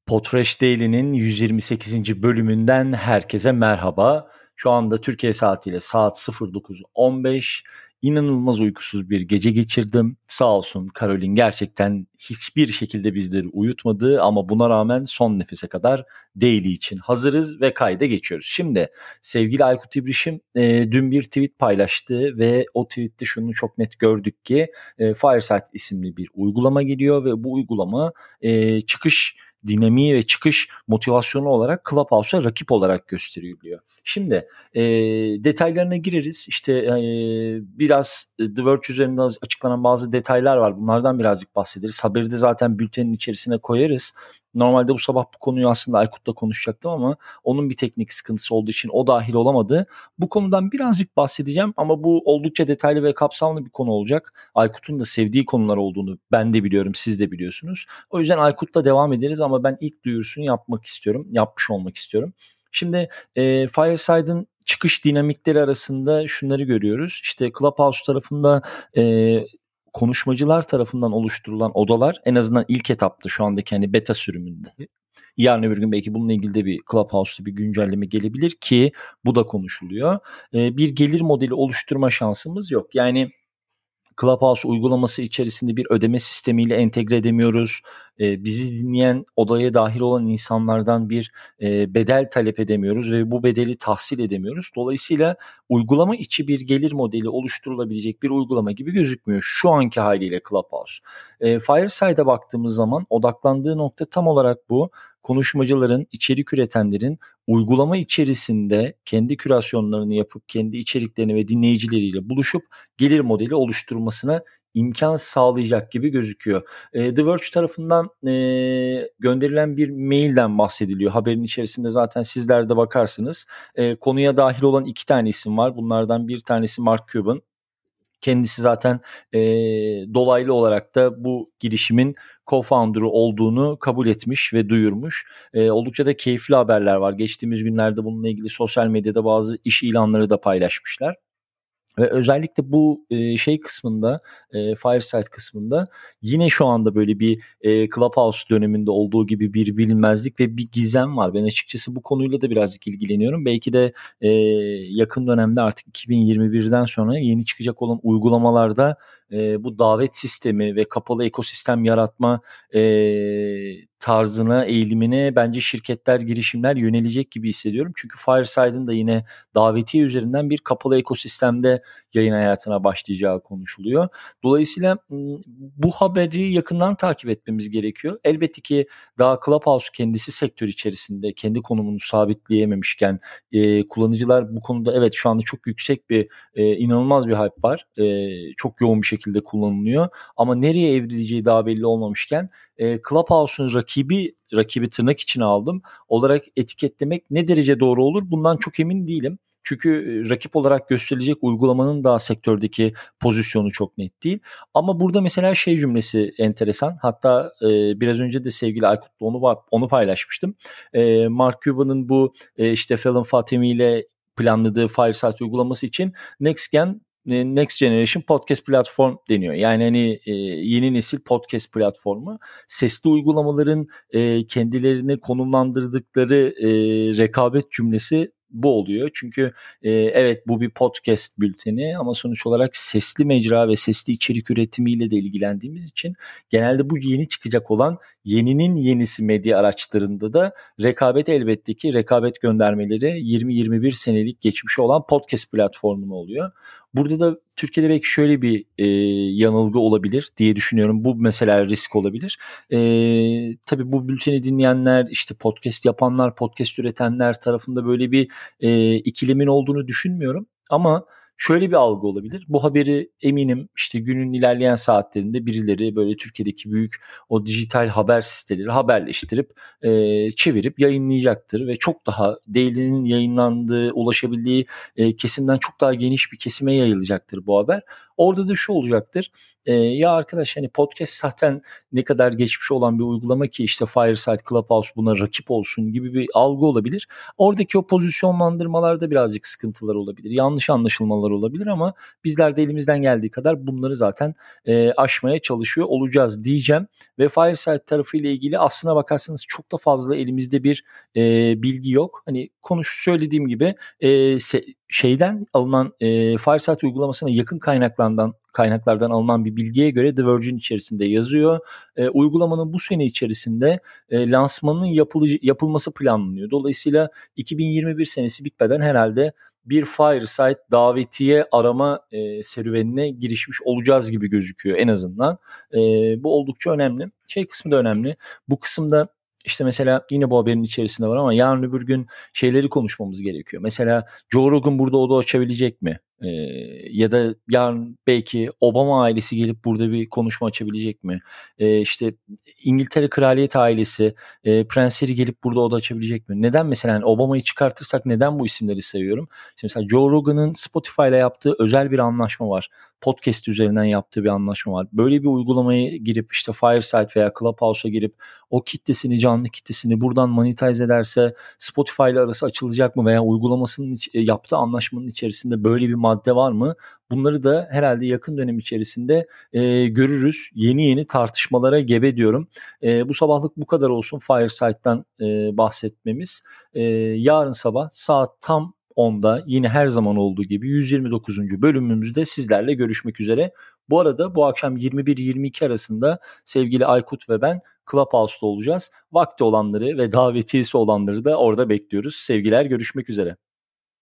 Podfresh Daily'nin 128. bölümünden herkese merhaba. Şu anda Türkiye saatiyle saat 09.15. İnanılmaz uykusuz bir gece geçirdim. Sağ olsun Caroline gerçekten hiçbir şekilde bizleri uyutmadı ama buna rağmen son nefese kadar Daily için hazırız ve kayda geçiyoruz. Şimdi sevgili Aykut İbrişim dün bir tweet paylaştı ve o tweette şunu çok net gördük ki Fireside isimli bir uygulama geliyor ve bu uygulama çıkış dinamiği ve çıkış motivasyonu olarak Clubhouse'a rakip olarak gösteriliyor. Şimdi detaylarına gireriz. İşte biraz The Verge üzerinde açıklanan bazı detaylar var. Bunlardan birazcık bahsederiz. Haberi de zaten bültenin içerisine koyarız. Normalde bu sabah bu konuyu aslında Aykut'la konuşacaktım ama onun bir teknik sıkıntısı olduğu için o dahil olamadı. Bu konudan birazcık bahsedeceğim ama bu oldukça detaylı ve kapsamlı bir konu olacak. Aykut'un da sevdiği konular olduğunu ben de biliyorum, siz de biliyorsunuz. O yüzden Aykut'la devam ederiz ama ben ilk duyurusunu yapmış olmak istiyorum. Şimdi Fireside'ın çıkış dinamikleri arasında şunları görüyoruz. İşte Clubhouse tarafında konuşmacılar tarafından oluşturulan odalar en azından ilk etapta şu andaki hani beta sürümünde. Yarın öbür gün belki bununla ilgili de bir Clubhouse'da bir güncelleme gelebilir ki bu da konuşuluyor. Bir gelir modeli oluşturma şansımız yok. Yani Clubhouse uygulaması içerisinde bir ödeme sistemiyle entegre edemiyoruz. Bizi dinleyen odaya dahil olan insanlardan bir bedel talep edemiyoruz ve bu bedeli tahsil edemiyoruz. Dolayısıyla uygulama içi bir gelir modeli oluşturulabilecek bir uygulama gibi gözükmüyor şu anki haliyle Clubhouse. Fireside'a baktığımız zaman odaklandığı nokta tam olarak bu. Konuşmacıların, içerik üretenlerin uygulama içerisinde kendi kürasyonlarını yapıp kendi içeriklerini ve dinleyicileriyle buluşup gelir modeli oluşturmasına imkan sağlayacak gibi gözüküyor. The Verge tarafından gönderilen bir mailden bahsediliyor. Haberin içerisinde zaten sizler de bakarsınız. Konuya dahil olan 2 tane isim var. Bunlardan bir tanesi Mark Cuban. Kendisi zaten dolaylı olarak da bu girişimin co-founder'ı olduğunu kabul etmiş ve duyurmuş. Oldukça da keyifli haberler var. Geçtiğimiz günlerde bununla ilgili sosyal medyada bazı iş ilanları da paylaşmışlar. Ve özellikle bu kısmında, Fireside kısmında yine şu anda böyle bir Clubhouse döneminde olduğu gibi bir bilinmezlik ve bir gizem var. Ben açıkçası bu konuyla da birazcık ilgileniyorum. Belki de yakın dönemde artık 2021'den sonra yeni çıkacak olan uygulamalarda bu davet sistemi ve kapalı ekosistem yaratma tarzına, eğilimine bence şirketler, girişimler yönelecek gibi hissediyorum. Çünkü Fireside'ın da yine davetiye üzerinden bir kapalı ekosistemde yayın hayatına başlayacağı konuşuluyor. Dolayısıyla bu haberi yakından takip etmemiz gerekiyor. Elbette ki daha Clubhouse kendisi sektör içerisinde kendi konumunu sabitleyememişken kullanıcılar bu konuda evet şu anda çok yüksek bir inanılmaz bir hype var. Çok yoğun bir şekilde kullanılıyor. Ama nereye evrileceği daha belli olmamışken Clubhouse'un rakibi tırnak içine aldım olarak etiketlemek ne derece doğru olur bundan çok emin değilim. Çünkü rakip olarak gösterilecek uygulamanın daha sektördeki pozisyonu çok net değil. Ama burada mesela cümlesi enteresan. Hatta biraz önce de sevgili Aykut'la onu paylaşmıştım. Mark Cuban'ın bu işte Fallon Fatemi ile planladığı Fireside uygulaması için Next Generation Podcast Platform deniyor. Yani hani yeni nesil podcast platformu. Sesli uygulamaların kendilerini konumlandırdıkları rekabet cümlesi bu oluyor. Çünkü evet bu bir podcast bülteni ama sonuç olarak sesli mecra ve sesli içerik üretimiyle de ilgilendiğimiz için genelde bu yeni çıkacak olan yeninin yenisi medya araçlarında da rekabet göndermeleri 20-21 senelik geçmişi olan podcast platformuna oluyor. Burada da Türkiye'de belki şöyle bir yanılgı olabilir diye düşünüyorum. Bu mesela risk olabilir. Tabii bu bülteni dinleyenler, işte podcast yapanlar, podcast üretenler tarafında böyle bir ikilemin olduğunu düşünmüyorum. Ama şöyle bir algı olabilir. Bu haberi eminim işte günün ilerleyen saatlerinde birileri böyle Türkiye'deki büyük o dijital haber siteleri haberleştirip çevirip yayınlayacaktır ve çok daha Daily'nin yayınlandığı, ulaşabildiği kesimden çok daha geniş bir kesime yayılacaktır bu haber. Orada da şu olacaktır. Ya arkadaş hani podcast zaten ne kadar geçmişi olan bir uygulama ki işte Fireside, Clubhouse buna rakip olsun gibi bir algı olabilir. Oradaki o pozisyonlandırmalarda birazcık sıkıntılar olabilir. Yanlış anlaşılmalar aşamalar olabilir ama bizler de elimizden geldiği kadar bunları zaten aşmaya çalışıyor olacağız diyeceğim. Ve Fireside tarafıyla ilgili aslına bakarsanız çok da fazla elimizde bir bilgi yok. Hani söylediğim gibi şeyden alınan Fireside uygulamasına yakın kaynaklardan alınan bir bilgiye göre The Verge'in içerisinde yazıyor. Uygulamanın bu sene içerisinde lansmanının yapılması planlanıyor. Dolayısıyla 2021 senesi bitmeden herhalde bir Fireside davetiye arama serüvenine girişmiş olacağız gibi gözüküyor en azından. Bu oldukça önemli. Şey kısmı da önemli. Bu kısımda işte mesela yine bu haberin içerisinde var ama yarın öbür gün şeyleri konuşmamız gerekiyor. Mesela Joe Rogan burada oda açabilecek mi? Ya da yarın belki Obama ailesi gelip burada bir konuşma açabilecek mi? İşte İngiltere kraliyet ailesi, Prens Harry gelip burada oda açabilecek mi? Neden mesela yani Obama'yı çıkartırsak neden bu isimleri sayıyorum? İşte mesela Joe Rogan'ın Spotify ile yaptığı özel bir anlaşma var. Podcast üzerinden yaptığı bir anlaşma var. Böyle bir uygulamaya girip işte Fireside veya Clubhouse'a girip o kitlesini, canlı kitlesini buradan monetize ederse Spotify ile arası açılacak mı veya uygulamasının yaptığı anlaşmanın içerisinde böyle bir madde var mı? Bunları da herhalde yakın dönem içerisinde görürüz. Yeni tartışmalara gebe diyorum. Bu sabahlık bu kadar olsun Fireside'dan bahsetmemiz. Yarın sabah saat tam 10'da yine her zaman olduğu gibi 129. bölümümüzde sizlerle görüşmek üzere. Bu arada bu akşam 21-22 arasında sevgili Aykut ve ben Clubhouse'da olacağız. Vakti olanları ve davetiyesi olanları da orada bekliyoruz. Sevgiler, görüşmek üzere.